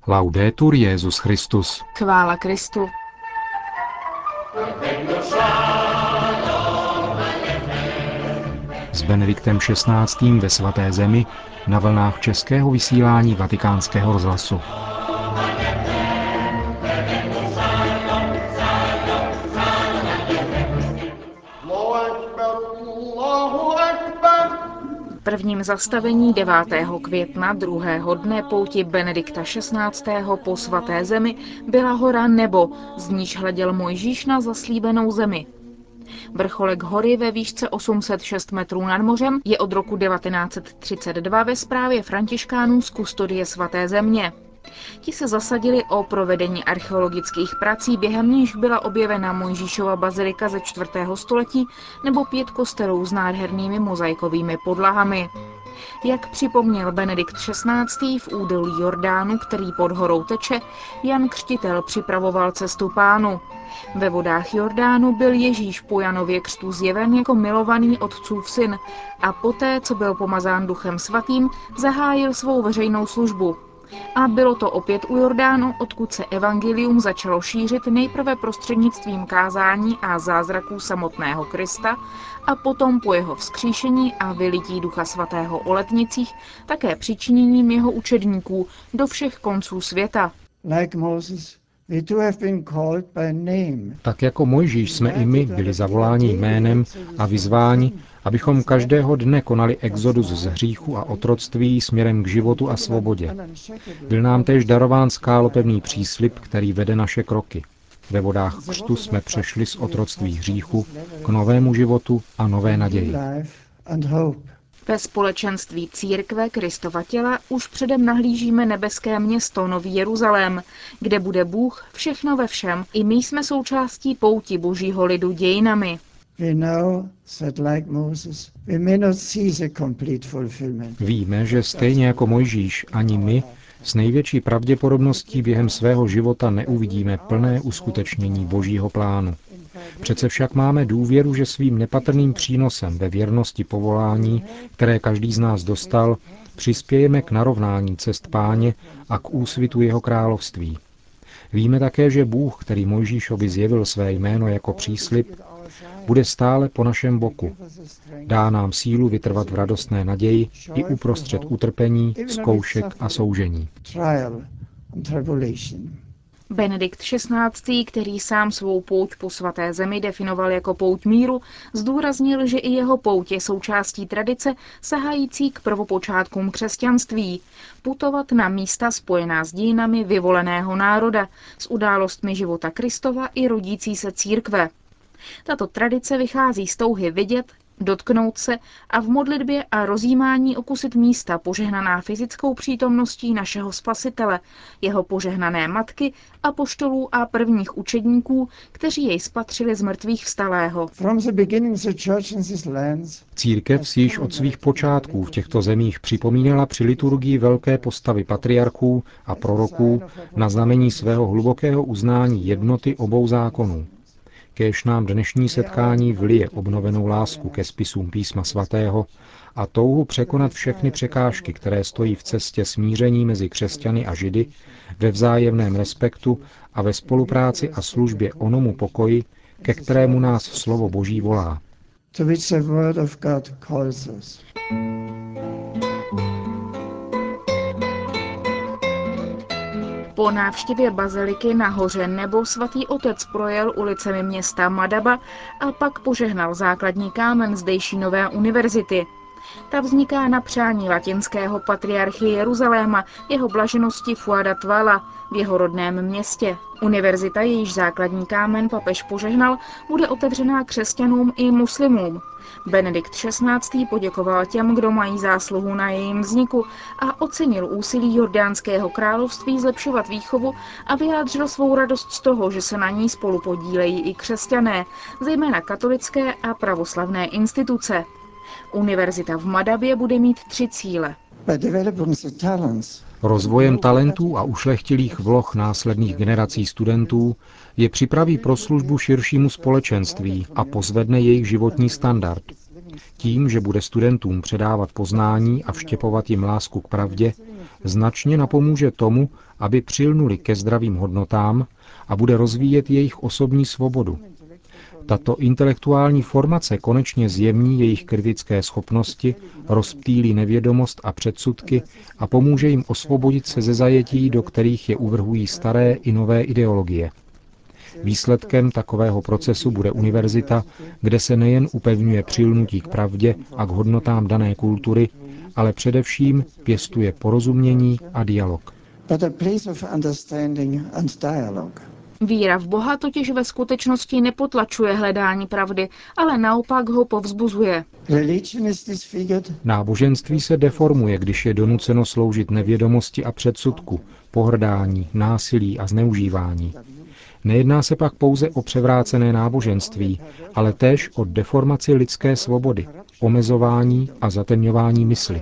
Laudetur Jesus Christus. Chvála Kristu. S Benediktem XVI. Ve svaté zemi na vlnách českého vysílání Vatikánského rozhlasu. Prvním zastavení 9. května druhého dne pouti Benedikta XVI. Po svaté zemi byla hora Nebo, z níž hleděl Mojžíš na zaslíbenou zemi. Vrcholek hory ve výšce 806 metrů nad mořem je od roku 1932 ve správě františkánů z kustodie svaté země. Ti se zasadili o provedení archeologických prací, během níž byla objevena Mojžíšova bazilika ze 4. století nebo 5 kostelů s nádhernými mozaikovými podlahami. Jak připomněl Benedikt XVI. V údolí Jordánu, který pod horou teče, Jan Křtitel připravoval cestu Pánu. Ve vodách Jordánu byl Ježíš po Janově křtu zjeven jako milovaný otcův syn a poté, co byl pomazán Duchem svatým, zahájil svou veřejnou službu. A bylo to opět u Jordánu, odkud se evangelium začalo šířit nejprve prostřednictvím kázání a zázraků samotného Krista a potom po jeho vzkříšení a vylití Ducha svatého o letnicích také přičiněním jeho učedníků do všech konců světa. Tak jako Mojžíš jsme i my byli zavoláni jménem a vyzváni, abychom každého dne konali exodus z hříchu a otroctví směrem k životu a svobodě. Byl nám též darován skálopevný příslib, který vede naše kroky. Ve vodách křtu jsme přešli z otroctví hříchu k novému životu a nové naději. Ve společenství církve Kristova těla už předem nahlížíme nebeské město Nový Jeruzalém, kde bude Bůh všechno ve všem. I my jsme součástí pouti božího lidu dějinami. Víme, že stejně jako Mojžíš, ani my s největší pravděpodobností během svého života neuvidíme plné uskutečnění božího plánu. Přece však máme důvěru, že svým nepatrným přínosem ve věrnosti povolání, které každý z nás dostal, přispějeme k narovnání cest Páně a k úsvitu jeho království. Víme také, že Bůh, který Mojžíšovi zjevil své jméno jako příslib, bude stále po našem boku. Dá nám sílu vytrvat v radostné naději i uprostřed utrpení, zkoušek a soužení. Benedikt XVI., který sám svou pouť po svaté zemi definoval jako pouť míru, zdůraznil, že i jeho pouť je součástí tradice sahající k prvopočátkům křesťanství. Putovat na místa spojená s dějinami vyvoleného národa, s událostmi života Kristova i rodící se církve. Tato tradice vychází z touhy vidět, dotknout se a v modlitbě a rozjímání okusit místa požehnaná fyzickou přítomností našeho Spasitele, jeho požehnané matky, apoštolů a prvních učedníků, kteří jej spatřili z mrtvých vstalého. Církev si již od svých počátků v těchto zemích připomínala při liturgii velké postavy patriarchů a proroků na znamení svého hlubokého uznání jednoty obou zákonů. Kéž nám dnešní setkání vlije obnovenou lásku ke spisům Písma svatého a touhu překonat všechny překážky, které stojí v cestě smíření mezi křesťany a Židy, ve vzájemném respektu a ve spolupráci a službě onomu pokoji, ke kterému nás slovo Boží volá. Po návštěvě baziliky na hoře Nebo svatý otec projel ulicemi města Madaba a pak požehnal základní kámen zdejší nové univerzity. Ta vzniká na přání latinského patriarchy Jeruzaléma, jeho blaženosti Fuada Tvala v jeho rodném městě. Univerzita, jejíž základní kámen papež požehnal, bude otevřená křesťanům i muslimům. Benedikt XVI. Poděkoval těm, kdo mají zásluhu na jejím vzniku a ocenil úsilí Jordánského království zlepšovat výchovu a vyjádřil svou radost z toho, že se na ní spolu podílejí i křesťané, zejména katolické a pravoslavné instituce. Univerzita v Madabě bude mít 3 cíle. Rozvojem talentů a ušlechtilých vloh následných generací studentů je připraví pro službu širšímu společenství a pozvedne jejich životní standard. Tím, že bude studentům předávat poznání a vštěpovat jim lásku k pravdě, značně napomůže tomu, aby přilnuli ke zdravým hodnotám a bude rozvíjet jejich osobní svobodu. Tato intelektuální formace konečně zjemní jejich kritické schopnosti, rozptýlí nevědomost a předsudky a pomůže jim osvobodit se ze zajetí, do kterých je uvrhují staré i nové ideologie. Výsledkem takového procesu bude univerzita, kde se nejen upevňuje přilnutí k pravdě a k hodnotám dané kultury, ale především pěstuje porozumění a dialog. Víra v Boha totiž ve skutečnosti nepotlačuje hledání pravdy, ale naopak ho povzbuzuje. Náboženství se deformuje, když je donuceno sloužit nevědomosti a předsudku, pohrdání, násilí a zneužívání. Nejedná se pak pouze o převrácené náboženství, ale též o deformaci lidské svobody, omezování a zatemňování mysli.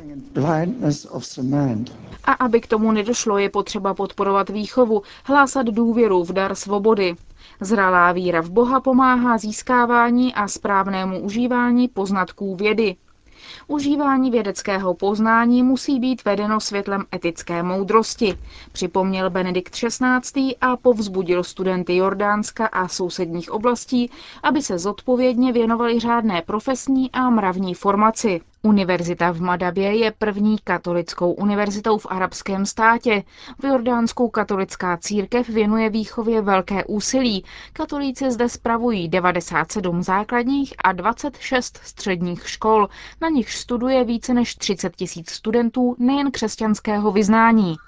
A aby k tomu nedošlo, je potřeba podporovat výchovu, hlásat důvěru v dar svobody. Zralá víra v Boha pomáhá získávání a správnému užívání poznatků vědy. Užívání vědeckého poznání musí být vedeno světlem etické moudrosti, připomněl Benedikt XVI. A povzbudil studenty Jordánska a sousedních oblastí, aby se zodpovědně věnovali řádné profesní a mravní formaci. Univerzita v Madabě je první katolickou univerzitou v arabském státě. V Jordánsku katolická církev věnuje výchově velké úsilí. Katolíci zde spravují 97 základních a 26 středních škol. Na nich studuje více než 30 000 studentů nejen křesťanského vyznání.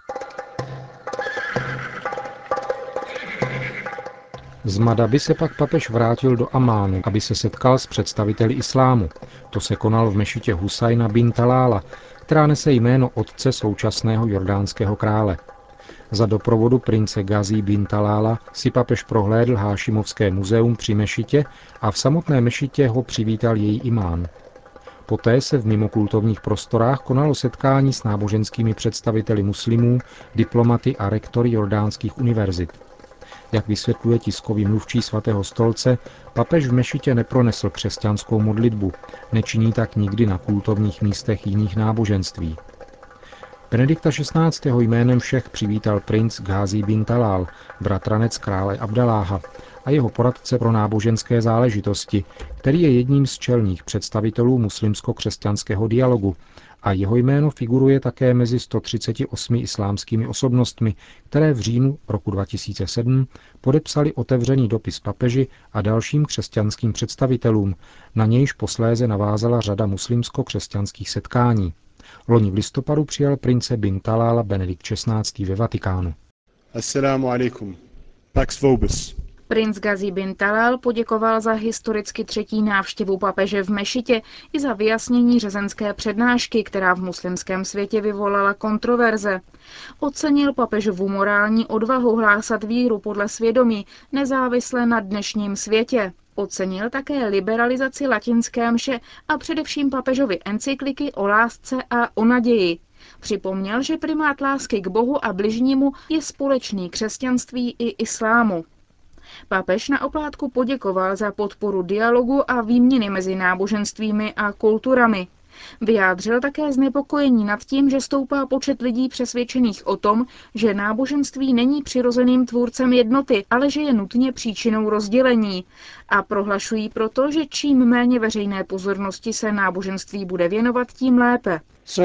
Z Madaby se pak papež vrátil do Amánu, aby se setkal s představiteli islámu. To se konalo v mešitě Husajna bin Talála, která nese jméno otce současného jordánského krále. Za doprovodu prince Gazí bin Talála si papež prohlédl Hášimovské muzeum při mešitě a v samotné mešitě ho přivítal její imám. Poté se v mimokultovních prostorách konalo setkání s náboženskými představiteli muslimů, diplomaty a rektory jordánských univerzit. Jak vysvětluje tiskový mluvčí Svatého stolce, papež v mešitě nepronesl křesťanskou modlitbu, nečiní tak nikdy na kultovních místech jiných náboženství. Benedikta XVI. Jménem všech přivítal princ Ghází bin Talál, bratranec krále Abdaláha, a jeho poradce pro náboženské záležitosti, který je jedním z čelních představitelů muslimsko-křesťanského dialogu, a jeho jméno figuruje také mezi 138 islámskými osobnostmi, které v říjnu roku 2007 podepsali otevřený dopis papeži a dalším křesťanským představitelům, na nějž posléze navázala řada muslimsko-křesťanských setkání. Loni v listopadu přijal prince bin Talála Benedikt XVI. Ve Vatikánu. Assalamu alaikum. Pax vobis. Princ Gazí bin Talál poděkoval za historicky 3. návštěvu papeže v mešitě i za vyjasnění řezenské přednášky, která v muslimském světě vyvolala kontroverze. Ocenil papežovu morální odvahu hlásat víru podle svědomí, nezávisle na dnešním světě. Ocenil také liberalizaci latinské mše a především papežovy encykliky o lásce a o naději. Připomněl, že primát lásky k Bohu a bližnímu je společný křesťanství i islámu. Papež na oplátku poděkoval za podporu dialogu a výměny mezi náboženstvími a kulturami. Vyjádřil také znepokojení nad tím, že stoupá počet lidí přesvědčených o tom, že náboženství není přirozeným tvůrcem jednoty, ale že je nutně příčinou rozdělení. A prohlašují proto, že čím méně veřejné pozornosti se náboženství bude věnovat, tím lépe.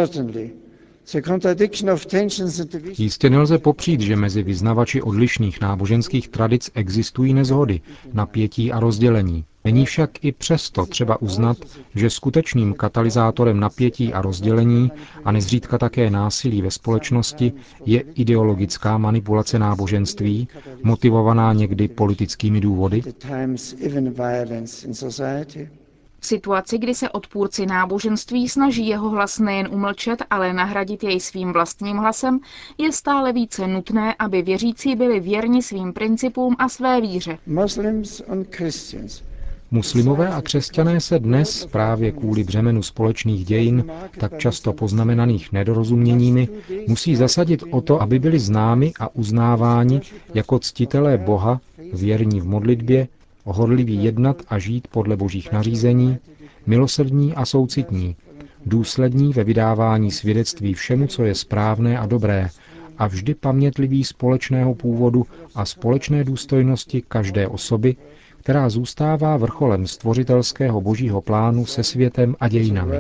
Jistě nelze popřít, že mezi vyznavači odlišných náboženských tradic existují neshody, napětí a rozdělení. Není však i přesto třeba uznat, že skutečným katalyzátorem napětí a rozdělení a nezřídka také násilí ve společnosti je ideologická manipulace náboženství, motivovaná někdy politickými důvody. V situaci, kdy se odpůrci náboženství snaží jeho hlas nejen umlčet, ale nahradit jej svým vlastním hlasem, je stále více nutné, aby věřící byli věrni svým principům a své víře. Muslimové a křesťané se dnes právě kvůli břemenu společných dějin, tak často poznamenaných nedorozuměními, musí zasadit o to, aby byli známi a uznáváni jako ctitelé Boha, věrní v modlitbě, horliví jednat a žít podle božích nařízení, milosrdní a soucitní, důslední ve vydávání svědectví všemu, co je správné a dobré, a vždy pamětlivý společného původu a společné důstojnosti každé osoby, která zůstává vrcholem stvořitelského božího plánu se světem a dějinami.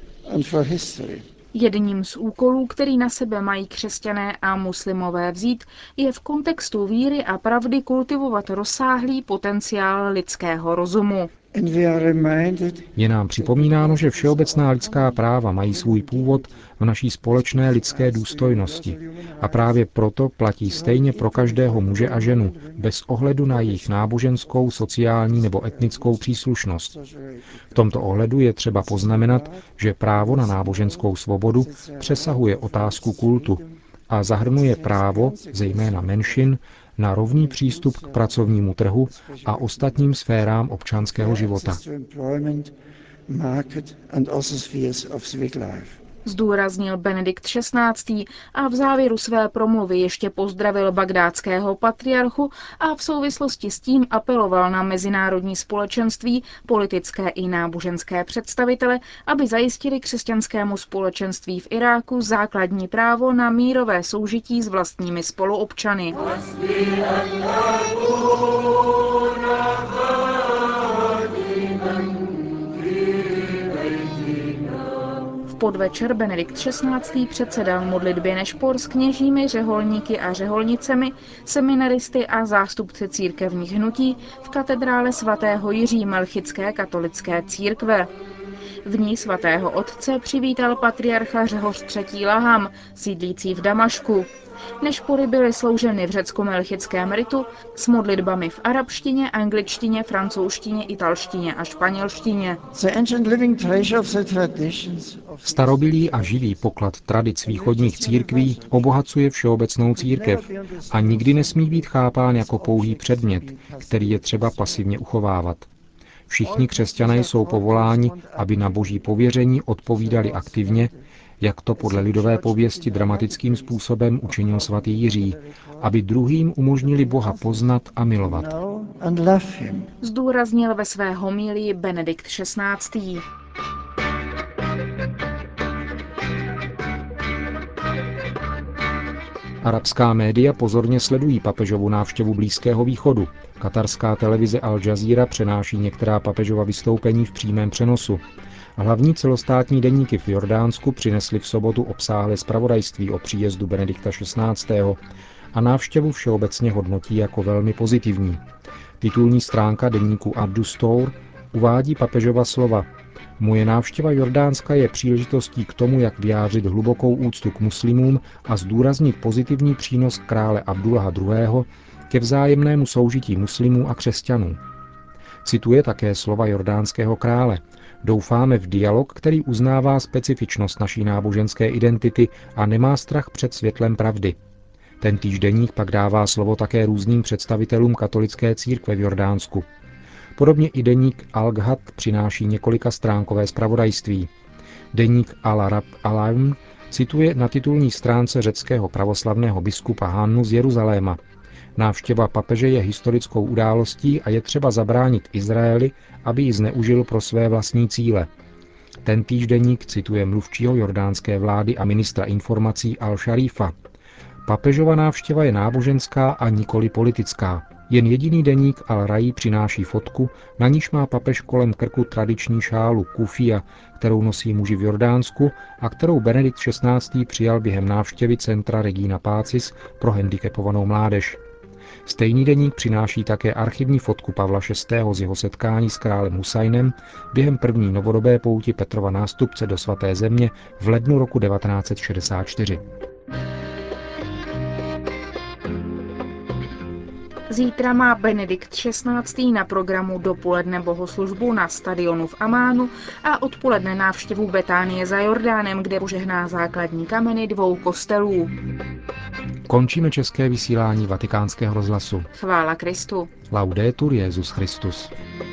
Jedním z úkolů, který na sebe mají křesťané a muslimové vzít, je v kontextu víry a pravdy kultivovat rozsáhlý potenciál lidského rozumu. Je nám připomínáno, že všeobecná lidská práva mají svůj původ v naší společné lidské důstojnosti a právě proto platí stejně pro každého muže a ženu, bez ohledu na jejich náboženskou, sociální nebo etnickou příslušnost. V tomto ohledu je třeba poznamenat, že právo na náboženskou svobodu přesahuje otázku kultu a zahrnuje právo, zejména menšin, na rovný přístup k pracovnímu trhu a ostatním sférám občanského života. Zdůraznil Benedikt XVI. A v závěru své promluvy ještě pozdravil bagdátského patriarchu a v souvislosti s tím apeloval na mezinárodní společenství, politické i náboženské představitele, aby zajistili křesťanskému společenství v Iráku základní právo na mírové soužití s vlastními spoluobčany. V podvečer Benedikt XVI. Předsedal modlitbě nešpor s kněžími, řeholníky a řeholnicemi, seminaristy a zástupci církevních hnutí v katedrále svatého Jiří Melchické katolické církve. V ní svatého otce přivítal patriarcha Řehoř III. Laham, sídlící v Damašku. Nešpory byly slouženy v řecko-melchickém ritu s modlitbami v arabštině, angličtině, francouzštině, italštině a španělštině. Starobilý a živý poklad tradic východních církví obohacuje všeobecnou církev a nikdy nesmí být chápán jako pouhý předmět, který je třeba pasivně uchovávat. Všichni křesťané jsou povoláni, aby na boží pověření odpovídali aktivně, jak to podle lidové pověsti dramatickým způsobem učinil svatý Jiří, aby druhým umožnili Boha poznat a milovat. Zdůraznil ve své homílii Benedikt XVI. Arabská média pozorně sledují papežovu návštěvu Blízkého východu. Katarská televize Al Jazeera přenáší některá papežova vystoupení v přímém přenosu. Hlavní celostátní deníky v Jordánsku přinesly v sobotu obsáhlé zpravodajství o příjezdu Benedikta XVI. A návštěvu všeobecně hodnotí jako velmi pozitivní. Titulní stránka deníku Ad-Dustour uvádí papežova slova: Moje návštěva Jordánska je příležitostí k tomu, jak vyjádřit hlubokou úctu k muslimům a zdůraznit pozitivní přínos krále Abdullaha II. Ke vzájemnému soužití muslimů a křesťanů. Cituje také slova jordánského krále: Doufáme v dialog, který uznává specifičnost naší náboženské identity a nemá strach před světlem pravdy. Tentýž deník pak dává slovo také různým představitelům katolické církve v Jordánsku. Podobně i deník Al-Ghad přináší několika stránkové zpravodajství. Deník Al-Arab Al-Aim cituje na titulní stránce řeckého pravoslavného biskupa Hannu z Jeruzaléma: Návštěva papeže je historickou událostí a je třeba zabránit Izraeli, aby ji zneužil pro své vlastní cíle. Tentýž deník cituje mluvčího jordánské vlády a ministra informací Al-Šarífa. Papežova návštěva je náboženská a nikoli politická. Jen jediný deník Al-Rají přináší fotku, na níž má papež kolem krku tradiční šálu kufia, kterou nosí muži v Jordánsku a kterou Benedikt XVI. Přijal během návštěvy centra Regina Pacis pro handicapovanou mládež. Stejný deník přináší také archivní fotku Pavla VI. Z jeho setkání s králem Husajnem během první novodobé pouti Petrova nástupce do svaté země v lednu roku 1964. Zítra má Benedikt XVI. Na programu dopoledne bohoslužbu na stadionu v Amánu a odpoledne návštěvu Betánie za Jordánem, kde požehná základní kameny 2 kostelů. Končíme české vysílání Vatikánského rozhlasu. Chvála Kristu. Laudetur Jesus Christus.